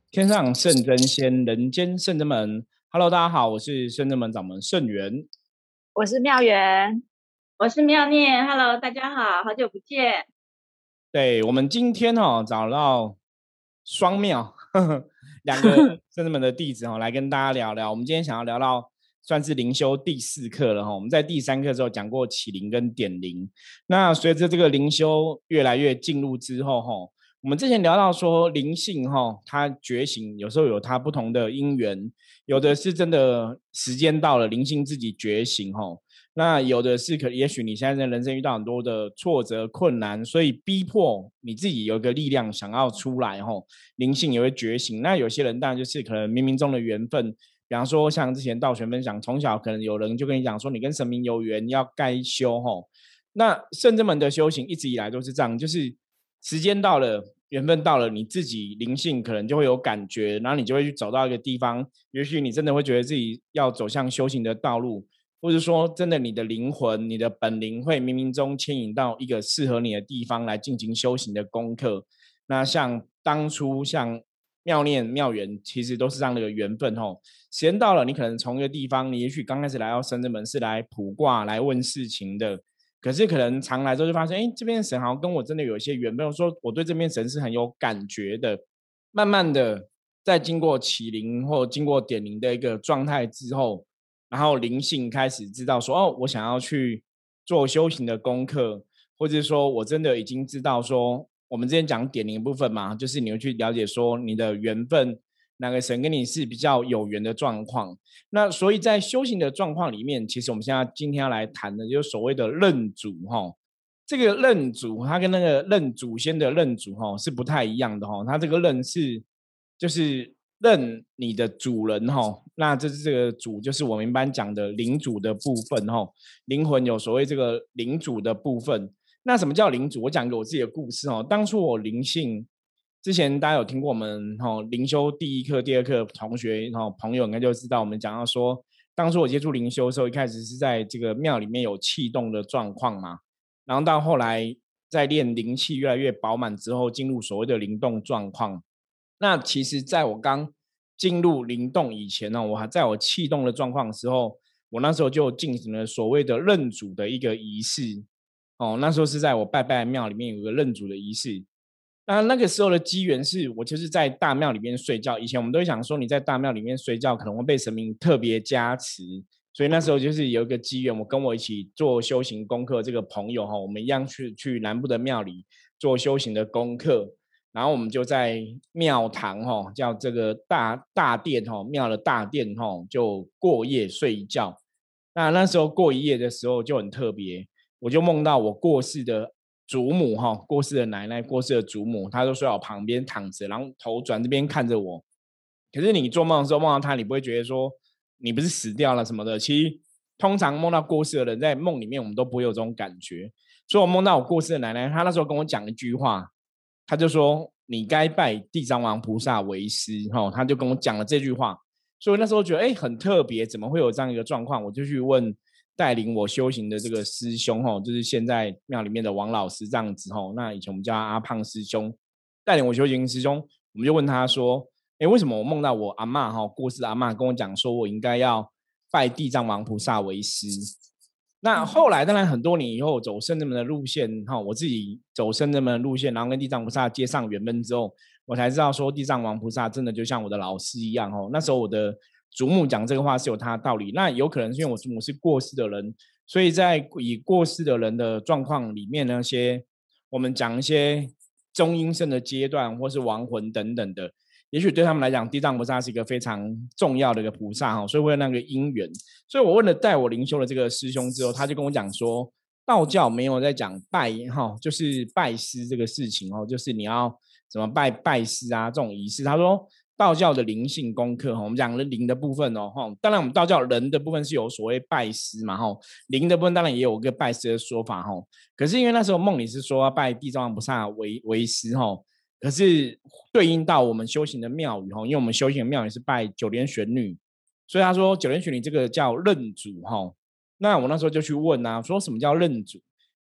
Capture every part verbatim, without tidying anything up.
天上圣真仙，人间圣真门。Hello，大家好，我是圣真门掌门圣元。 我是妙媛。 我是妙念，Hello，大家好，好久不见。 对，我们今天哦找到双妙呵呵两个圣真门的弟子哦，来跟大家聊聊。我们今天想要聊到算是灵修第四课了哈。我们在第三课的时候讲过启灵跟点灵，那随着这个灵修越来越进入之后哈，我们之前聊到说灵性哈，它觉醒有时候有它不同的因缘，有的是真的时间到了，灵性自己觉醒哈。那有的是可，也许你现在在人生遇到很多的挫折困难，所以逼迫你自己有一个力量想要出来吼，灵性也会觉醒。那有些人当然就是可能冥冥中的缘分，比方说像之前道玄分享，从小可能有人就跟你讲说你跟神明有缘，要该修吼。那圣真门的修行一直以来都是这样，就是时间到了，缘分到了，你自己灵性可能就会有感觉，然后你就会去走到一个地方，也许你真的会觉得自己要走向修行的道路。或者说真的你的灵魂你的本灵会冥冥中牵引到一个适合你的地方来进行修行的功课。那像当初像妙念妙缘其实都是这样的一个缘分吼，时间到了你可能从一个地方，你也许刚开始来到圣真门是来卜卦来问事情的，可是可能常来之后就发现哎，这边神好像跟我真的有一些缘分，说我对这边神是很有感觉的，慢慢的在经过启灵或经过点灵的一个状态之后，然后灵性开始知道说哦，我想要去做修行的功课，或者说我真的已经知道说我们之前讲点灵的部分嘛，就是你会去了解说你的缘分哪个神跟你是比较有缘的状况。那所以在修行的状况里面，其实我们现在今天要来谈的就是所谓的认主哈。这个认主它跟那个认祖先的认主哈是不太一样的哈，它这个认是就是认你的主人哈，那这是这个主就是我们一般讲的灵主的部分哈，灵魂有所谓这个灵主的部分。那什么叫灵主？我讲一个我自己的故事哦。当初我灵性之前，大家有听过我们哈灵修第一课、第二课同学哈朋友应该就知道，我们讲到说，当初我接触灵修的时候，一开始是在这个庙里面有气动的状况嘛，然后到后来在练灵气越来越饱满之后，进入所谓的灵动状况。那其实在我刚进入灵动以前呢，我还在我气动的状况的时候，我那时候就进行了所谓的认主的一个仪式哦。那时候是在我拜拜庙里面有个认主的仪式。那那个时候的机缘是我就是在大庙里面睡觉，以前我们都会想说你在大庙里面睡觉可能会被神明特别加持，所以那时候就是有一个机缘，我跟我一起做修行功课这个朋友哈，我们一样去去南部的庙里做修行的功课。然后我们就在庙堂哈，叫这个大大殿哈，庙的大殿哈，就过夜睡一觉。那那时候过一夜的时候就很特别，我就梦到我过世的祖母哈，过世的奶奶，过世的祖母，她都睡在我旁边躺着，然后头转这边看着我。可是你做梦的时候梦到她，你不会觉得说你不是死掉了什么的。其实通常梦到过世的人，在梦里面我们都不会有这种感觉。所以我梦到我过世的奶奶，她那时候跟我讲一句话。他就说你该拜地藏王菩萨为师，哦，他就跟我讲了这句话，所以那时候觉得哎很特别，怎么会有这样一个状况？我就去问带领我修行的这个师兄，哦，就是现在庙里面的王老师这样子，哦，那以前我们叫他阿胖师兄，带领我修行师兄，我们就问他说，哎，为什么我梦到我阿嬷哈过世的阿嬷跟我讲说我应该要拜地藏王菩萨为师？那后来当然很多年以后走圣真门的路线哈，我自己走圣真门的路线，然后跟地藏菩萨接上缘分之后，我才知道说地藏王菩萨真的就像我的老师一样哦。那时候我的祖母讲这个话是有他的道理，那有可能是因为我祖母是过世的人，所以在以过世的人的状况里面那些我们讲一些中阴身的阶段或是亡魂等等的，也许对他们来讲地藏菩萨是一个非常重要的一个菩萨，所以会有那个因缘。所以我问了带我灵修的这个师兄之后，他就跟我讲说道教没有在讲拜就是拜师这个事情，就是你要怎么拜拜师啊这种仪式。他说道教的灵性功课，我们讲的灵的部分哦，当然我们道教人的部分是有所谓拜师嘛，灵的部分当然也有一个拜师的说法。可是因为那时候梦里是说要拜地藏王菩萨为为师，可是对应到我们修行的庙宇，因为我们修行的庙宇是拜九莲玄女，所以他说九莲玄女这个叫认主。那我那时候就去问啊，说什么叫认主？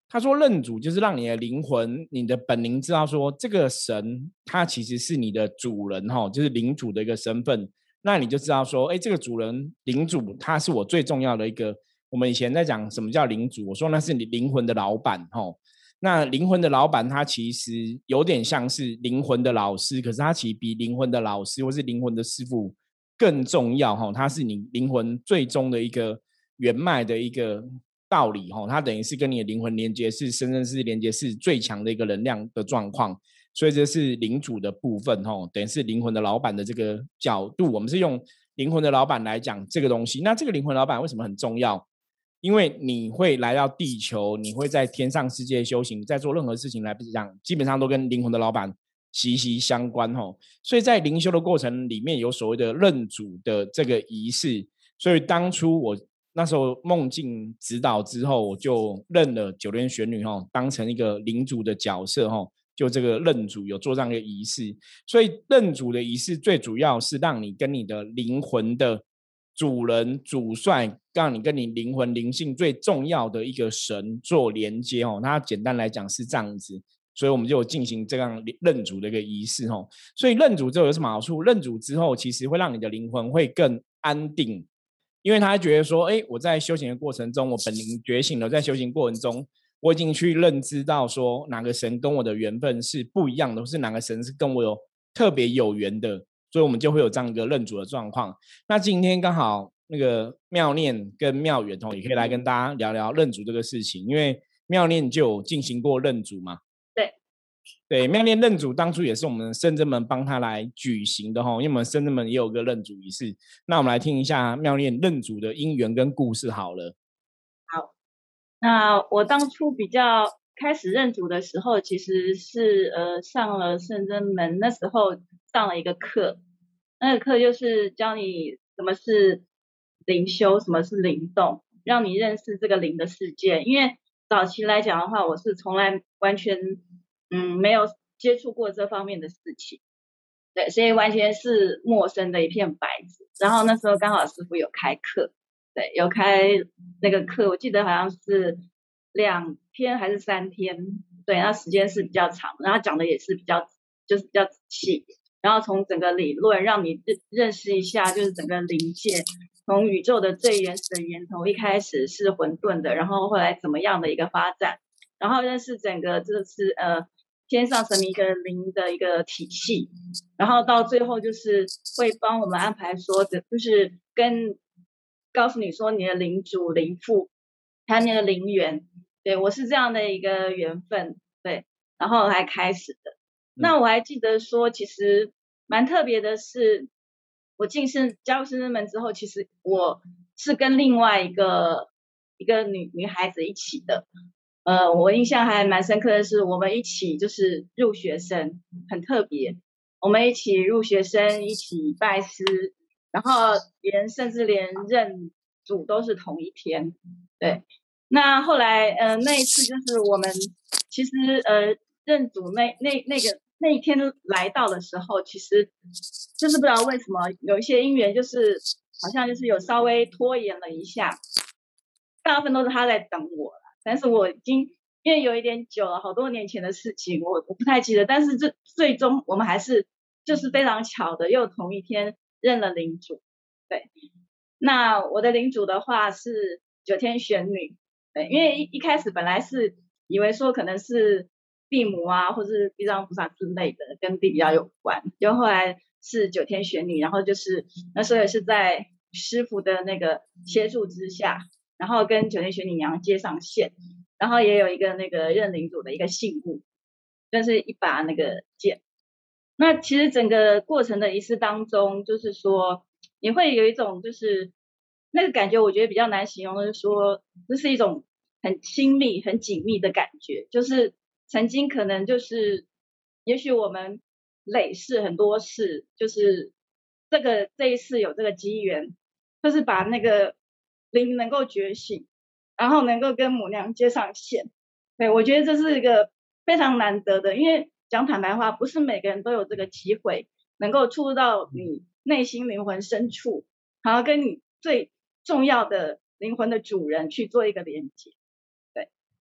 他说认主就是让你的灵魂你的本灵知道说这个神他其实是你的主人，就是领主的一个身份，那你就知道说哎，这个主人领主他是我最重要的一个，我们以前在讲什么叫领主，我说那是你灵魂的老板，那灵魂的老板他其实有点像是灵魂的老师，可是他其实比灵魂的老师或是灵魂的师傅更重要，他是你灵魂最终的一个原脉的一个道理，它等于是跟你的灵魂连接是生生世世连接是最强的一个能量的状况，所以这是灵主的部分，等于是灵魂的老板的这个角度，我们是用灵魂的老板来讲这个东西。那这个灵魂老板为什么很重要？因为你会来到地球，你会在天上世界修行，在做任何事情来讲，基本上都跟灵魂的老板息息相关，所以在灵修的过程里面有所谓的认主的这个仪式，所以当初我那时候梦境指导之后，我就认了九天玄女当成一个领主的角色，就这个认主有做这样一个仪式。所以认主的仪式最主要是让你跟你的灵魂的主人主帅，让你跟你灵魂灵性最重要的一个神做连接，那简单来讲是这样子，所以我们就进行这样认主的一个仪式。所以认主之后有什么好处？认主之后其实会让你的灵魂会更安定，因为他觉得说哎，我在修行的过程中，我本灵觉醒了，在修行过程中我已经去认知到说哪个神跟我的缘分是不一样的，或是哪个神是跟我有特别有缘的，所以我们就会有这样一个认主的状况。那今天刚好那个妙念跟妙缘也可以来跟大家聊聊认主这个事情，因为妙念就有进行过认主嘛。 对对，妙念认主当初也是我们圣真门帮他来举行的，因为我们圣真门也有个认主仪式。那我们来听一下妙念认主的因缘跟故事好了。 好，那我当初比较开始认主的时候，其实是呃上了圣真门，那时候上了一个课，那个课就是教你什么是灵修，什么是灵动，让你认识这个灵的世界。因为早期来讲的话，我是从来完全嗯没有接触过这方面的事情，对，所以完全是陌生的一片白纸。然后那时候刚好师父有开课，对，有开那个课，我记得好像是两天还是三天，对，那时间是比较长，然后讲的也是比较就是比较仔细，然后从整个理论让你认识一下，就是整个灵界，从宇宙的最原始的源头一开始是混沌的，然后后来怎么样的一个发展，然后认识整个这是呃天上神明一个灵的一个体系，然后到最后就是会帮我们安排说的，就是跟告诉你说你的灵主灵父还有你的灵缘，对，我是这样的一个缘分，对，然后还开始的。那我还记得说其实蛮特别的是，我进圣加入圣真门之后，其实我是跟另外一个一个女女孩子一起的，呃，我印象还蛮深刻的是，我们一起就是入学生，很特别，我们一起入学生，一起拜师，然后连甚至连认主都是同一天，对。那后来呃那一次就是我们其实呃认主那那那个那一天来到的时候，其实就是不知道为什么有一些因缘，就是好像就是有稍微拖延了一下，大部分都是他在等我了，但是我已经因为有一点久了，好多年前的事情，我我不太记得，但是这最终我们还是就是非常巧的又同一天认了灵主，对。那我的灵主的话是九天玄女，对，因为一一开始本来是以为说可能是地母啊，或是地藏菩萨之类的，跟地比较有关，就后来是九天玄女，然后就是那时候也是在师父的那个协助之下，然后跟九天玄女娘接上线，然后也有一个那个认领主的一个信物，就是一把那个剑。那其实整个过程的仪式当中，就是说你会有一种就是那个感觉，我觉得比较难形容的是说，这是一种很亲密很紧密的感觉，就是曾经可能就是也许我们累世很多事，就是这个这一次有这个机缘，就是把那个灵能够觉醒，然后能够跟母娘接上线，对，我觉得这是一个非常难得的，因为讲坦白话，不是每个人都有这个机会能够触到你内心灵魂深处，然后跟你最重要的灵魂的主人去做一个连接，对，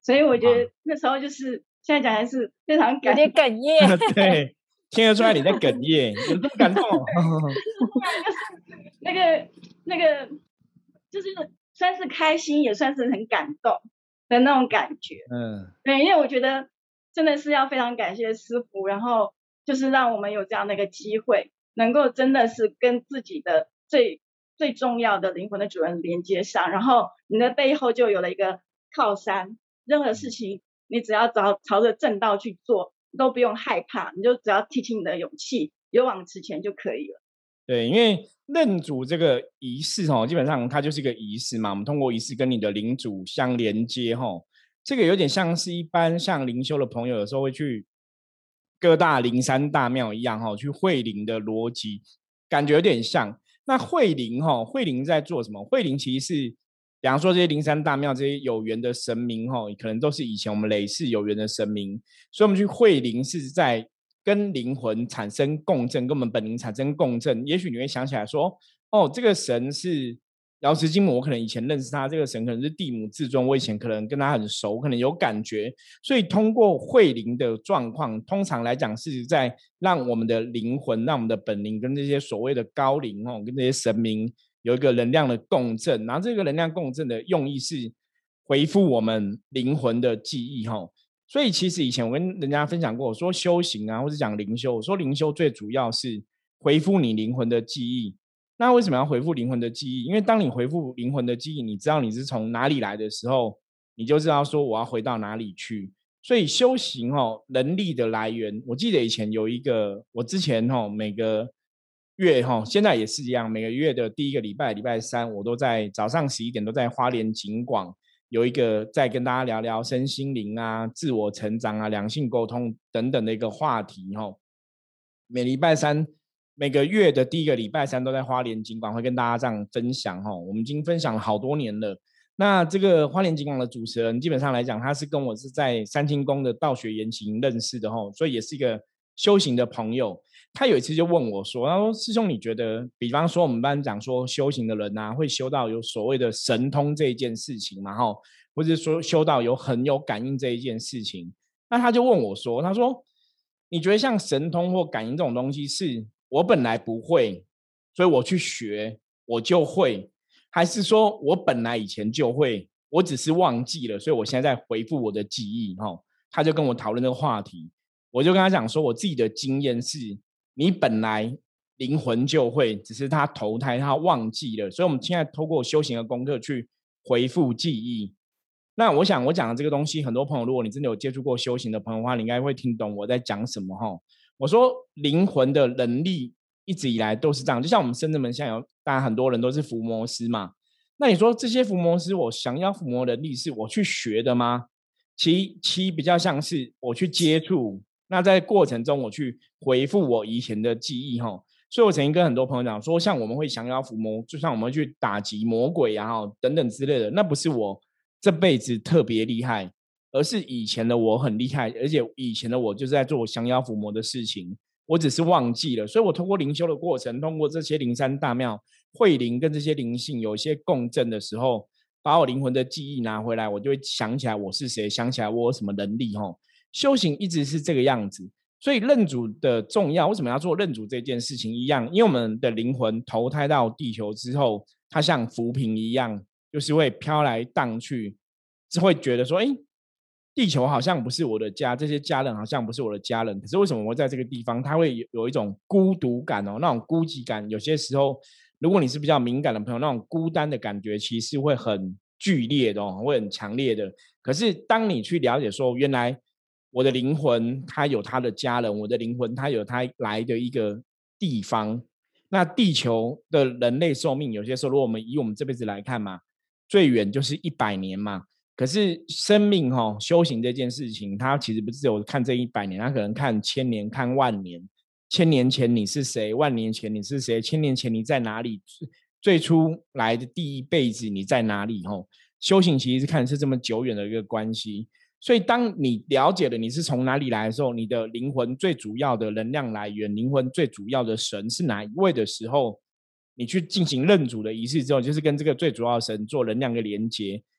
所以我觉得那时候就是现在讲来是非常感有点哽咽。 对，听得出来你在哽咽，有这么感动？ 那个那个就是算是开心，也算是很感动的那种感觉。嗯，对，因为我觉得真的是要非常感谢师父，然后就是让我们有这样的一个机会，能够真的是跟自己的最最重要的灵魂的主人连接上，然后你的背后就有了一个靠山，任何事情你只要朝朝着正道去做，都不用害怕，你就只要提起你的勇气，勇往直前就可以了。 对，因为认主这个仪式哦，基本上它就是一个仪式嘛。我们通过仪式跟你的灵主相连接哦，这个有点像是一般像灵修的朋友有时候会去各大灵山大庙一样哈，去会灵的逻辑，感觉有点像。那会灵哈，会灵在做什么？会灵其实是，比方说这些灵山大庙这些有缘的神明哈，可能都是以前我们累世有缘的神明，所以我们去会灵是在跟灵魂产生共振，跟我们本灵产生共振。也许你会想起来说，哦，这个神是瑶池金母，我可能以前认识他，这个神可能是地母至尊，我以前可能跟他很熟，可能有感觉，所以通过会灵的状况，通常来讲是在让我们的灵魂，让我们的本灵跟这些所谓的高灵哦，跟这些神明有一个能量的共振，然后这个能量共振的用意是回复我们灵魂的记忆哈。所以其实以前我跟人家分享过，我说修行啊，或者讲灵修，我说灵修最主要是回复你灵魂的记忆。那为什么要回复灵魂的记忆？因为当你回复灵魂的记忆，你知道你是从哪里来的时候，你就知道说我要回到哪里去。所以修行哦，能力的来源，我记得以前有一个，我之前哦每个月哈，现在也是一样，每个月的第一个礼拜礼拜三，我都在早上十一点都在花莲景广。有一个在跟大家聊聊身心灵啊、自我成长啊、两性沟通等等的一个话题哈。每礼拜三，每个月的第一个礼拜三都在花莲景广会跟大家这样分享哈。我们已经分享了好多年了。那这个花莲景广的主持人，基本上来讲，他是跟我是在三清宫的道学研习认识的哈，所以也是一个修行的朋友。他有一次就问我说：“他说师兄，你觉得，比方说我们班讲说修行的人啊，会修到有所谓的神通这一件事情嘛？哈，或者说修到有很有感应这一件事情？那他就问我说：他说，你觉得像神通或感应这种东西，是我本来不会，所以我去学我就会，还是说我本来以前就会，我只是忘记了，所以我现在在回复我的记忆？哈，他就跟我讨论这个话题，我就跟他讲说，我自己的经验是。”你本来灵魂就会，只是他投胎他忘记了，所以我们现在透过修行的功课去回复记忆。那我想我讲的这个东西，很多朋友如果你真的有接触过修行的朋友的话，你应该会听懂我在讲什么哈。我说灵魂的能力一直以来都是这样，就像我们圣者门现在有，当然很多人都是伏魔师嘛。那你说这些伏魔师，我想要伏魔能力是我去学的吗？其其比较像是我去接触。那在过程中，我去回复我以前的记忆哈，所以我曾经跟很多朋友讲说，像我们会降妖伏魔，就像我们会去打击魔鬼啊等等之类的，那不是我这辈子特别厉害，而是以前的我很厉害，而且以前的我就是在做降妖伏魔的事情，我只是忘记了。所以我通过灵修的过程，通过这些灵山大庙会灵跟这些灵性有一些共振的时候，把我灵魂的记忆拿回来，我就会想起来我是谁，想起来我有什么能力哈。修行一直是这个样子，所以认主的重要，为什么要做认主这件事情一样？因为我们的灵魂投胎到地球之后，它像浮萍一样，就是会飘来荡去，是会觉得说，哎，地球好像不是我的家，这些家人好像不是我的家人。可是为什么我在这个地方，它会有一种孤独感哦，那种孤寂感。有些时候，如果你是比较敏感的朋友，那种孤单的感觉其实会很剧烈的哦，会很强烈的。可是当你去了解说，原来我的灵魂它有它的家人，我的灵魂它有它来的一个地方。那地球的人类寿命有些时候，如果我们以我们这辈子来看嘛，最远就是一百年嘛。可是生命哦，修行这件事情，它其实不是只有看这一百年，它可能看千年、看万年。千年前你是谁？万年前你是谁？千年前你在哪里？最初来的第一辈子你在哪里？哦，修行其实是看是这么久远的一个关系。所以当你了解了你是从哪里来的时候，你的灵魂最主要的能量来源，灵魂最主要的神是哪一位的时候，你去进行认主的仪式之后，就是跟这个最主要的神做能量的连接，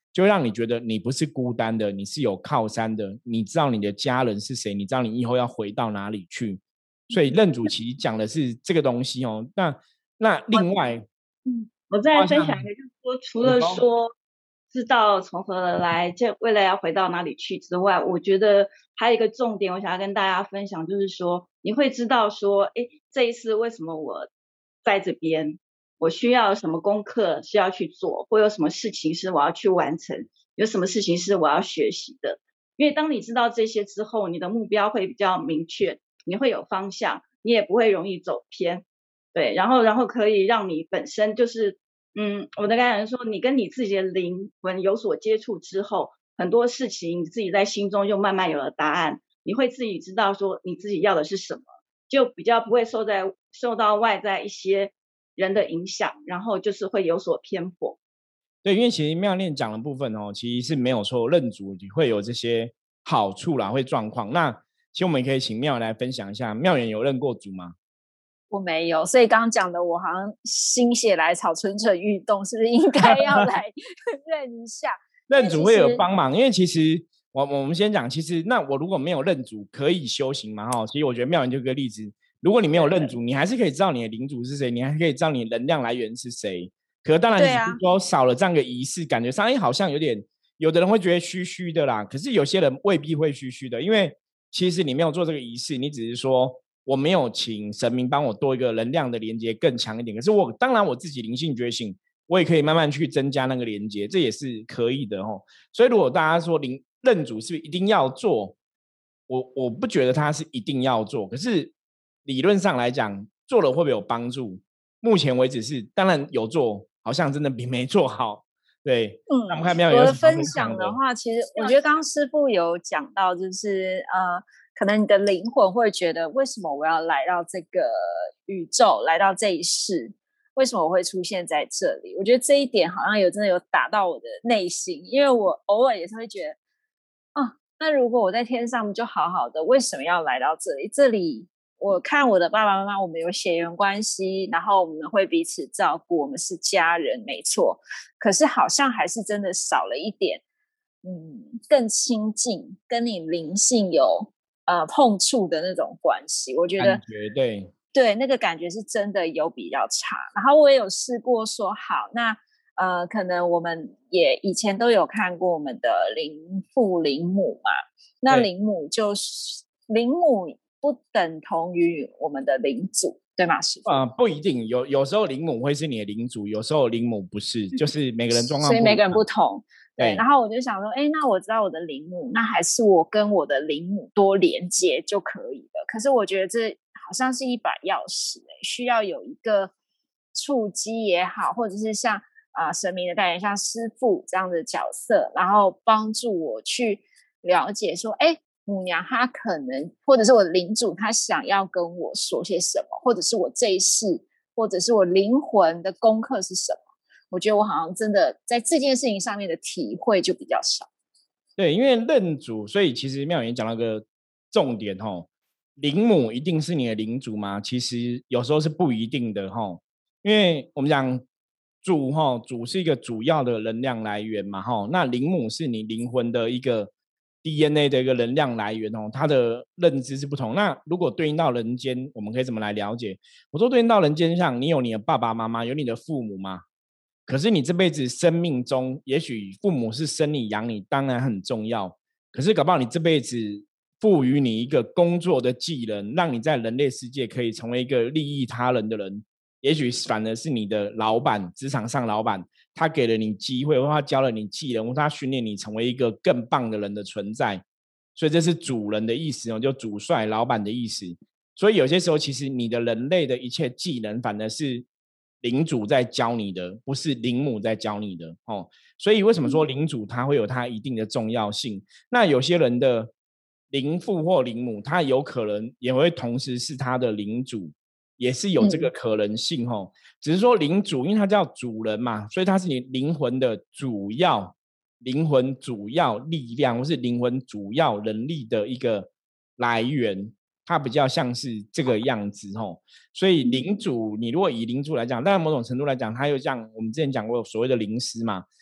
就让你觉得你不是孤单的，你是有靠山的，你知道你的家人是谁，你知道你以后要回到哪里去。所以认主其实讲的是这个东西哦。那那另外， 嗯，我再分享一个，就是说，除了说知道从何而来，这未来要回到哪里去之外，我觉得还有一个重点，我想要跟大家分享，就是说，你会知道说，哎，这一次为什么我在这边，我需要什么功课需要去做，或有什么事情是我要去完成，有什么事情是我要学习的。因为当你知道这些之后，你的目标会比较明确，你会有方向，你也不会容易走偏。对，然后然后可以让你本身就是，嗯，我的感觉说，你跟你自己的灵魂有所接触之后，很多事情你自己在心中就慢慢有了答案，你会自己知道说你自己要的是什么，就比较不会受在受到外在一些人的影响，然后就是会有所偏颇。 对，因为其实妙念讲的部分哦，其实是没有错，认主会有这些好处啦，会状况。那其实我们也可以请妙来分享一下，妙远有认过主吗？ 我没有，所以刚刚讲的我好像心血来潮蠢蠢欲动，是不是应该要来认一下？ 认主会有帮忙，因为其实我我们先讲，其实那我如果没有认主，可以修行嘛？哈，其实我觉得妙远就有个例子，如果你没有认主，你还是可以知道你的领主是谁，你还可以知道你的能量来源是谁。可当然只是说少了这样的仪式，感觉上哎好像有点，有的人会觉得虚虚的啦，可是有些人未必会虚虚的，因为其实你没有做这个仪式，你只是说我没有请神明帮我多一个能量的连接更强一点，可是我当然我自己灵性觉醒，我也可以慢慢去增加那个连接，这也是可以的齁。所以如果大家说灵认主是不是一定要做，我我不觉得它是一定要做，可是理论上来讲，做了会不会有帮助？目前为止是当然有做，好像真的比没做好。对， 嗯， 那我们看妙我的分享的话，其实我觉得刚刚师父有讲到，就是呃，可能你的灵魂会觉得，为什么我要来到这个宇宙，来到这一世，为什么我会出现在这里？我觉得这一点好像有真的有打到我的内心，因为我偶尔也是会觉得，啊，那如果我在天上就好好的，为什么要来到这里？这里我看我的爸爸妈妈，我们有血缘关系，然后我们会彼此照顾，我们是家人，没错。可是好像还是真的少了一点，嗯，更亲近，跟你灵性有呃碰触的那种关系。我觉得感觉对对，那个感觉是真的有比较差。然后我也有试过说，好，那呃，可能我们也以前都有看过我们的灵父灵母嘛，那灵母就是灵母。不等同于我们的灵主，对吗？师父？ 呃，不一定，有有时候灵母会是你的灵主，有时候灵母不是，就是每个人状况不一样， 所以每个人不同。 对， 然后我就想说，哎，那我知道我的灵母，那还是我跟我的灵母多连接就可以了。可是我觉得这好像是一把钥匙，哎，需要有一个触机也好，或者是像啊、呃、神明的代言，像师父这样的角色，然后帮助我去了解说，哎。母娘她可能，或者是我的灵主，她想要跟我说些什么，或者是我这一世，或者是我灵魂的功课是什么？我觉得我好像真的在这件事情上面的体会就比较少。 对，因为认主，所以其实妙远讲到个重点吼，灵母一定是你的灵主吗？其实有时候是不一定的吼，因为我们讲主吼，主是一个主要的能量来源嘛吼，那灵母是你灵魂的一个。D N A 的一个能量来源哦，它的认知是不同。那如果对应到人间，我们可以怎么来了解？我说对应到人间上，你有你的爸爸妈妈，有你的父母吗？可是你这辈子生命中，也许父母是生你养你，当然很重要。可是搞不好你这辈子赋予你一个工作的技能，让你在人类世界可以成为一个利益他人的人。也许反而是你的老板，职场上老板，他给了你机会，或他教了你技能，或他训练你成为一个更棒的人的存在。所以这是主人的意思哦，就主帅老板的意思。所以有些时候，其实你的人类的一切技能，反而是灵主在教你的，不是灵母在教你的哦。所以为什么说灵主他会有他一定的重要性？那有些人的灵父或灵母，他有可能也会同时是他的灵主。也是有这个可能性齁、嗯、只是说灵主因为他叫主人嘛，所以他是你灵魂的主要灵魂主要力量，或是灵魂主要能力的一个来源，它比较像是这个样子齁。所以灵主，你如果以灵主来讲，当然某种程度来讲，他又像我们之前讲过所谓的灵师嘛，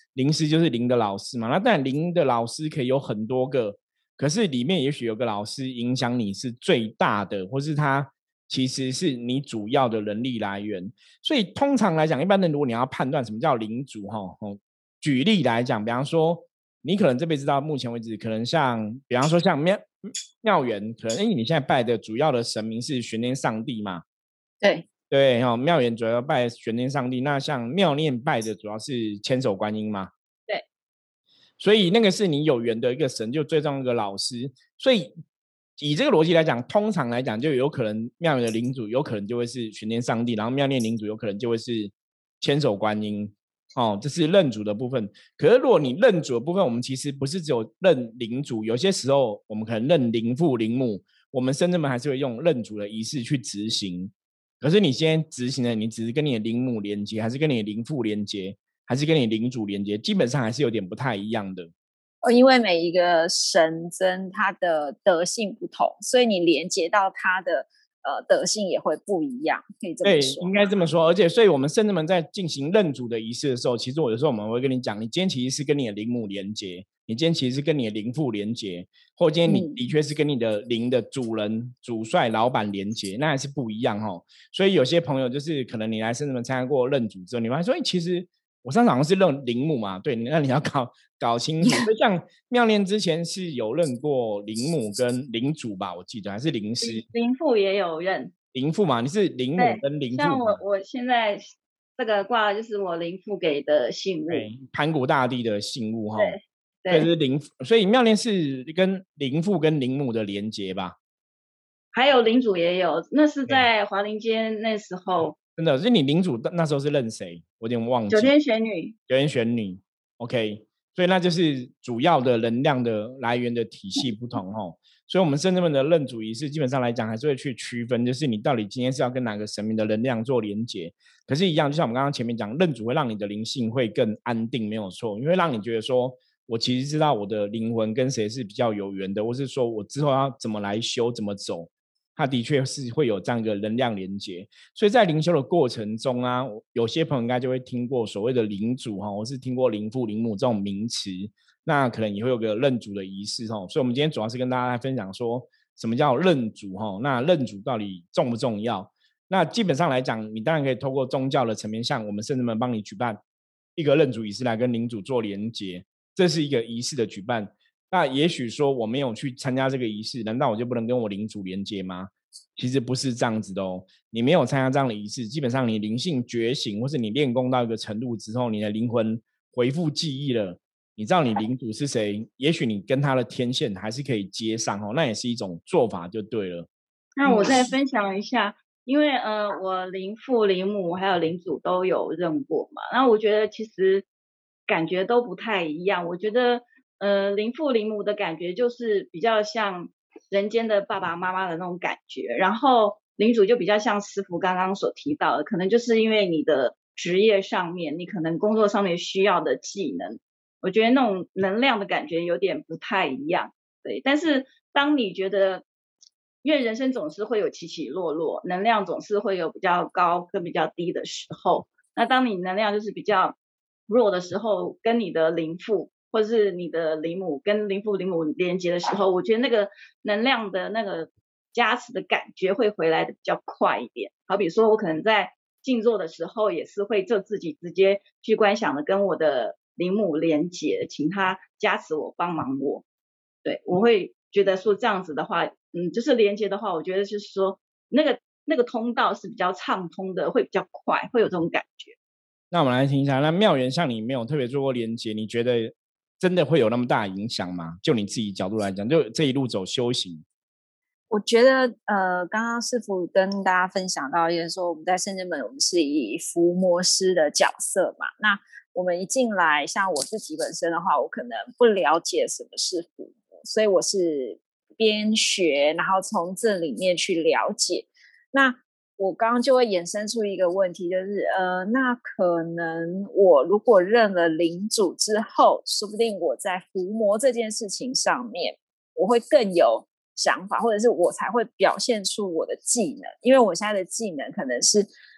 灵师就是灵的老师嘛，那当然灵的老师可以有很多个，可是里面也许有个老师影响你是最大的，或是他其实是你主要的人力来源。所以通常来讲，一般人如果你要判断什么叫灵主，举例来讲，比方说你可能这辈子到目前为止，可能像比方说像庙庙园，可能因为你现在拜的主要的神明是玄天上帝嘛， 对对哈、哦，庙园主要拜玄天上帝，那像庙念拜的主要是千手观音嘛， 对， 所以那个是你有缘的一个神，就最重要一个老师。所以以这个逻辑来讲，通常来讲就有可能庙园的领主有可能就会是玄天上帝，然后庙念领主有可能就会是千手观音。哦，这是认主的部分。可是如果你认主的部分，我们其实不是只有认领主，有些时候我们可能认灵父灵母，我们甚至们还是会用认主的仪式去执行。可是你现在执行的，你只是跟你的灵母连接，还是跟你的灵父连接，还是跟你的灵主连接，基本上还是有点不太一样的。 哦，因为每一个神真他的德性不同，所以你连接到他的呃德性也会不一样，可以这么说。 对，应该这么说。而且，所以我们甚至们在进行认主的仪式的时候，其实我有时候我们会跟你讲，你今天其实是跟你的灵母连接，你今天其实是跟你的灵父连接，或今天你的确是跟你的灵的主人、主帅、老板连接，那还是不一样哈。所以有些朋友就是可能你来甚至们参加过认主之后，你发现说，哎，其实我上次好像是认灵母嘛，对，那你要搞搞清楚。所以像妙念之前是有认过灵母跟灵主吧，我记得还是灵师， 灵父也有认。 灵父嘛，你是灵母跟灵父嘛？ 像我我现在这个挂的就是我灵父给的信物， 对，盘古大帝的信物哈。 对， 对，是灵，所以妙念是跟灵父跟灵母的连结吧。 还有灵主也有，那是在华林街那时候。 真的，所以你灵主那时候是认谁？我有点忘记。 九天玄女。 九天玄女 ，OK， 所以那就是主要的能量的来源的体系不同哦。所以我们圣人们的认主仪式基本上来讲还是会去区分，就是你到底今天是要跟哪个神明的能量做连结。可是，一样，就像我们刚刚前面讲，认主会让你的灵性会更安定，没有错，因为让你觉得说，我其实知道我的灵魂跟谁是比较有缘的，或是说我之后要怎么来修，怎么走。它的确是会有这样一个能量连接，所以在灵修的过程中啊，有些朋友应该就会听过所谓的灵主哈，或是听过灵父灵母这种名词，那可能也会有个认主的仪式哈。所以我们今天主要是跟大家来分享说什么叫认主哈，那认主到底重不重要？那基本上来讲，你当然可以透过宗教的层面，像我们圣人们帮你举办一个认主仪式来跟灵主做连结，这是一个仪式的举办。那也许说我没有去参加这个仪式，难道我就不能跟我灵主连接吗？其实不是这样子的哦。你没有参加这样的仪式，基本上你灵性觉醒，或是你练功到一个程度之后，你的灵魂恢复记忆了，你知道你灵主是谁，也许你跟他的天线还是可以接上哦，那也是一种做法就对了。 那我再分享一下，因为呃，我灵父、灵母还有灵主都有认过嘛，那我觉得其实感觉都不太一样。我觉得呃，灵父灵母的感觉就是比较像人间的爸爸妈妈的那种感觉，然后灵主就比较像师父刚刚所提到的，可能就是因为你的职业上面，你可能工作上面需要的技能，我觉得那种能量的感觉有点不太一样。对，但是当你觉得，因为人生总是会有起起落落，能量总是会有比较高跟比较低的时候，那当你能量就是比较弱的时候，跟你的灵父或是你的灵母跟灵父灵母连接的时候，我觉得那个能量的那个加持的感觉会回来的比较快一点。好比说我可能在静坐的时候也是会就自己直接去观想的跟我的灵母连接，请他加持我帮忙我。对，我会觉得说这样子的话，嗯，就是连接的话，我觉得就是说那个那个通道是比较畅通的，会比较快，会有这种感觉。 那我们来听一下，那妙缘像你没有特别做过连接，你觉得真的会有那么大的影响吗？就你自己角度来讲，就这一路走修行， 我觉得呃，刚刚师父跟大家分享到，就是说我们在圣真门，我们是以伏魔师的角色嘛。那我们一进来，像我自己本身的话，我可能不了解什么是伏魔，所以我是边学，然后从这里面去了解。那我刚刚就会衍生出一个问题，就是呃，那可能我如果认了领主之后，说不定我在伏魔这件事情上面，我会更有想法，或者是我才会表现出我的技能，因为我现在的技能可能是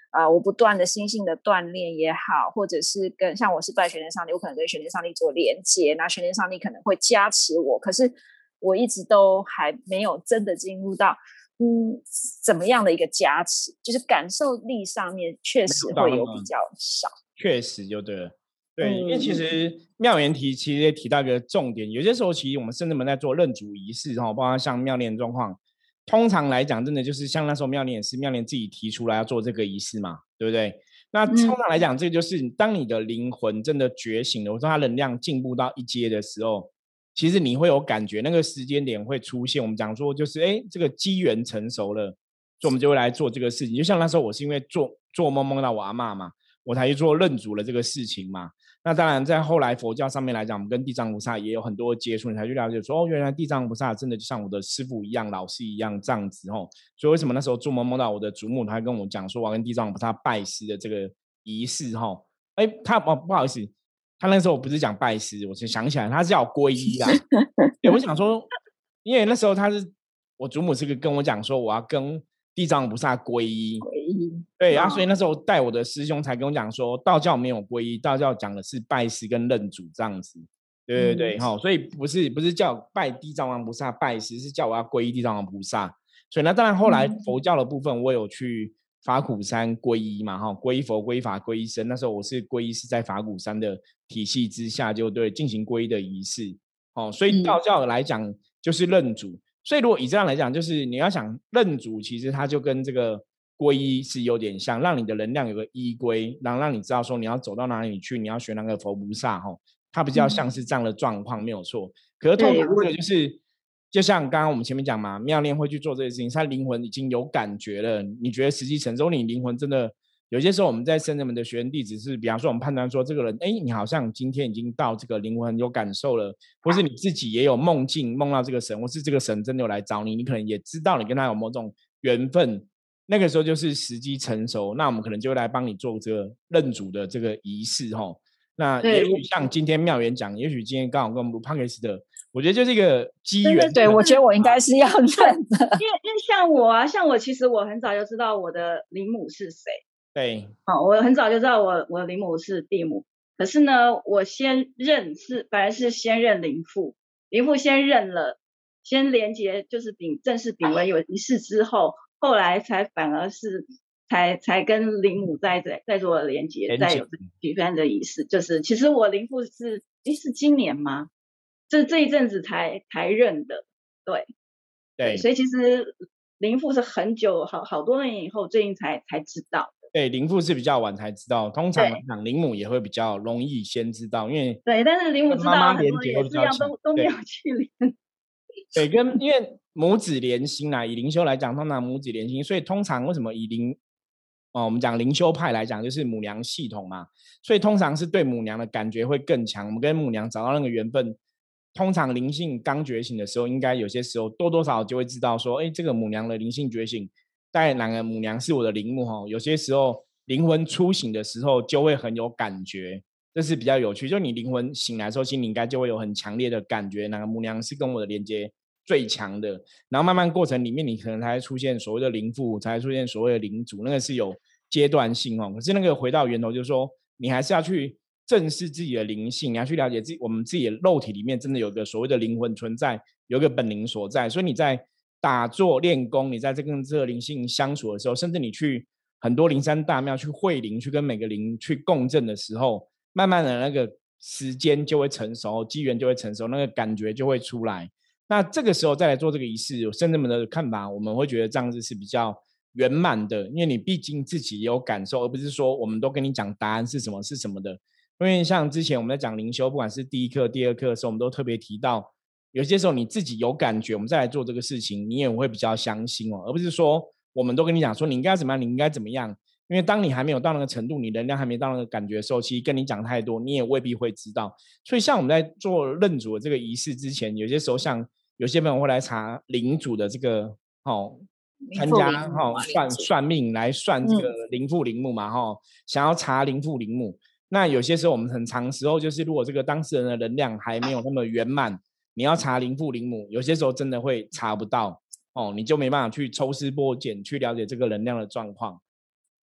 啊、呃，我不断的心性的锻炼也好，或者是跟像我是拜玄天上帝，我可能跟玄天上帝做连接，那玄天上帝可能会加持我，可是我一直都还没有真的进入到嗯怎么样的一个加持，就是感受力上面确实会有比较少。 确实就对了。对，因为其实妙言提其实也提到一个重点，有些时候其实我们圣真门在做认主仪式，包括像妙莲状况，通常来讲真的就是像那时候妙莲也是妙莲自己提出来要做这个仪式嘛，对不对？那通常来讲，这个就是当你的灵魂真的觉醒了，我说它能量进步到一阶的时候，其实你会有感觉，那个时间点会出现。我们讲说就是哎，这个机缘成熟了，所以我们就会来做这个事情。就像那时候我是因为做做梦梦到我阿嬷嘛，我才去做认主了这个事情嘛。那当然在后来佛教上面来讲，我们跟地藏菩萨也有很多接触，你才去了解说哦，原来地藏菩萨真的就像我的师父一样，老师一样这样子哦。所以为什么那时候做梦梦到我的祖母，他跟我讲说我要跟地藏菩萨拜师的这个仪式哦。哎，他哦不好意思，他那时候不是讲拜师，我才想起来他是要皈依啦。对，我想说，因为那时候他是我祖母是个跟我讲说我要跟地藏菩萨皈依，对，然后、啊、所以那时候带我的师兄才跟我讲说，道教没有皈依，道教讲的是拜师跟认主这样子，对对对，嗯、所以不是不是叫拜地藏王菩萨拜师，是叫我要皈依地藏王菩萨。所以那当然后来佛教的部分，我有去法鼓山皈依嘛，哈，皈依佛、皈依法、皈依僧。那时候我是皈依是在法鼓山的体系之下，就对进行皈依的仪式，哦，所以道教来讲就是认主。嗯，所以如果以这样来讲，就是你要想认主，其实它就跟这个皈依是有点像，让你的能量有个依归，然后让你知道说你要走到哪里去，你要学那个佛菩萨，吼，它比较像是这样的状况，嗯、没有错。可是通常这个就是，就像刚刚我们前面讲嘛，妙念会去做这些事情，他灵魂已经有感觉了，你觉得实际成熟，你灵魂真的有些时候我们在圣人们的学员弟子是，比方说我们判断说这个人，哎，你好像今天已经到这个灵魂有感受了，或是你自己也有梦境梦到这个神，或是这个神真的有来找你，你可能也知道你跟他有某种缘分，那个时候就是时机成熟，那我们可能就会来帮你做这个认主的这个仪式吼。那也许像今天妙言讲，也许今天刚好跟我们录 podcast 的，我觉得就是一个机缘。 对对对，我觉得我应该是要认的， 因为因为像我啊，像我其实我很早就知道我的灵母是谁。 对， 好，我很早就知道我我的灵母是地母，可是呢，我先认是本来是先认灵父，灵父先认了，先连结就是秉正式秉为有仪式之后，后来才反而是才才跟灵母在在在做连结，再有举办的仪式，就是其实我灵父是诶是今年吗？这这一阵子才才认的，对对，所以其实灵父是很久好好多年以后最近才才知道。 对，灵父是比较晚才知道，通常来讲灵母也会比较容易先知道，因为对，但是灵母知道很多也是一样都都没有去连。 对，跟因为母子连心啊，以灵修来讲，通常母子连心，所以通常为什么以灵哦，我们讲灵修派来讲，就是母娘系统嘛，所以通常是对母娘的感觉会更强。我们跟母娘找到那个缘分，通常灵性刚觉醒的时候，应该有些时候多多少少就会知道说，哎，这个母娘的灵性觉醒。带哪个母娘是我的灵母哈，有些时候灵魂初醒的时候就会很有感觉，这是比较有趣。就你灵魂醒来的时候，心里应该就会有很强烈的感觉，哪个母娘是跟我的连接最强的。然后慢慢过程里面，你可能才会出现所谓的灵父，才会出现所谓的灵主，那个是有阶段性哦。可是那个回到源头，就是说你还是要去正视自己的灵性，你要去了解自己，我们自己的肉体里面真的有个所谓的灵魂存在，有一个本灵所在，所以你在打坐练功，你在这跟这个灵性相处的时候，甚至你去很多灵山大庙去会灵，去跟每个灵去共振的时候，慢慢的那个时间就会成熟，机缘就会成熟，那个感觉就会出来。那这个时候再来做这个仪式，圣人们的看法，我们会觉得这样子是比较圆满的，因为你毕竟自己有感受，而不是说我们都跟你讲答案是什么是什么的。因为像之前我们在讲灵修，不管是第一课、第二课的时候，我们都特别提到，有些时候你自己有感觉，我们再来做这个事情，你也会比较相信哦，而不是说我们都跟你讲说你应该怎么样，你应该怎么样。因为当你还没有到那个程度，你能量还没到那个感觉的时候，其实跟你讲太多，你也未必会知道。所以像我们在做认主的这个仪式之前，有些时候像有些朋友会来查灵主的这个哦，参加哦算算命来算这个灵父灵母嘛哈、哦，想要查灵父灵母。那有些时候我们很长时候就是，如果这个当事人的能量还没有那么圆满，你要查灵父灵母，有些时候真的会查不到哦，你就没办法去抽丝剥茧去了解这个能量的状况。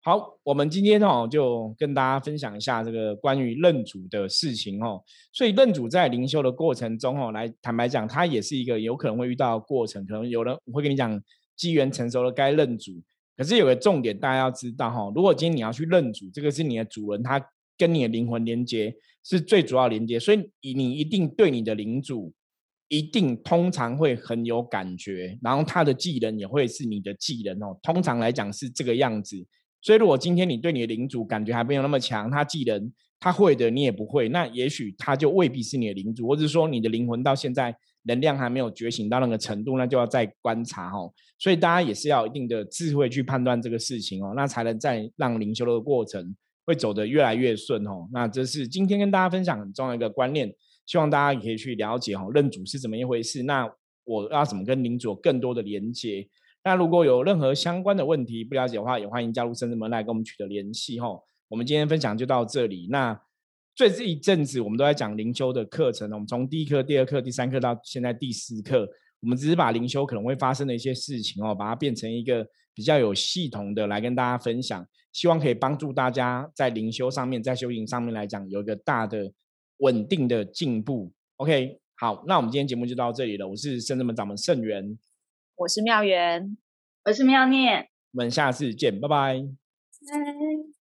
好，我们今天哦就跟大家分享一下这个关于认主的事情哦。所以认主在灵修的过程中哦，来坦白讲，它也是一个有可能会遇到的过程。可能有人会跟你讲，机缘成熟了该认主。可是有个重点，大家要知道哈，如果今天你要去认主，这个是你的主人，他跟你的灵魂连接是最主要连接，所以你一定对你的灵主一定通常会很有感觉，然后他的技能也会是你的技能哦。通常来讲是这个样子。所以如果今天你对你的领主感觉还没有那么强，他技能他会的你也不会，那也许他就未必是你的领主，或者说你的灵魂到现在能量还没有觉醒到那个程度，那就要再观察哦。所以大家也是要有一定的智慧去判断这个事情哦，那才能再让灵修的过程会走得越来越顺哦。那这是今天跟大家分享很重要的一个观念，希望大家也可以去了解哦，认主是怎么一回事，那我要怎么跟领主有更多的连接。那如果有任何相关的问题不了解的话，也欢迎加入圣真门来跟我们取得联系哈。我们今天分享就到这里。那最这一阵子我们都在讲灵修的课程，我们从第一课、第二课、第三课到现在第四课，我们只是把灵修可能会发生的一些事情哦，把它变成一个比较有系统的来跟大家分享，希望可以帮助大家在灵修上面，在修行上面来讲有一个大的稳定的进步。OK， 好，那我们今天节目就到这里了。我是圣真门掌门圣元。 我是妙元， 我是妙念， 我们下次见，拜拜。 拜。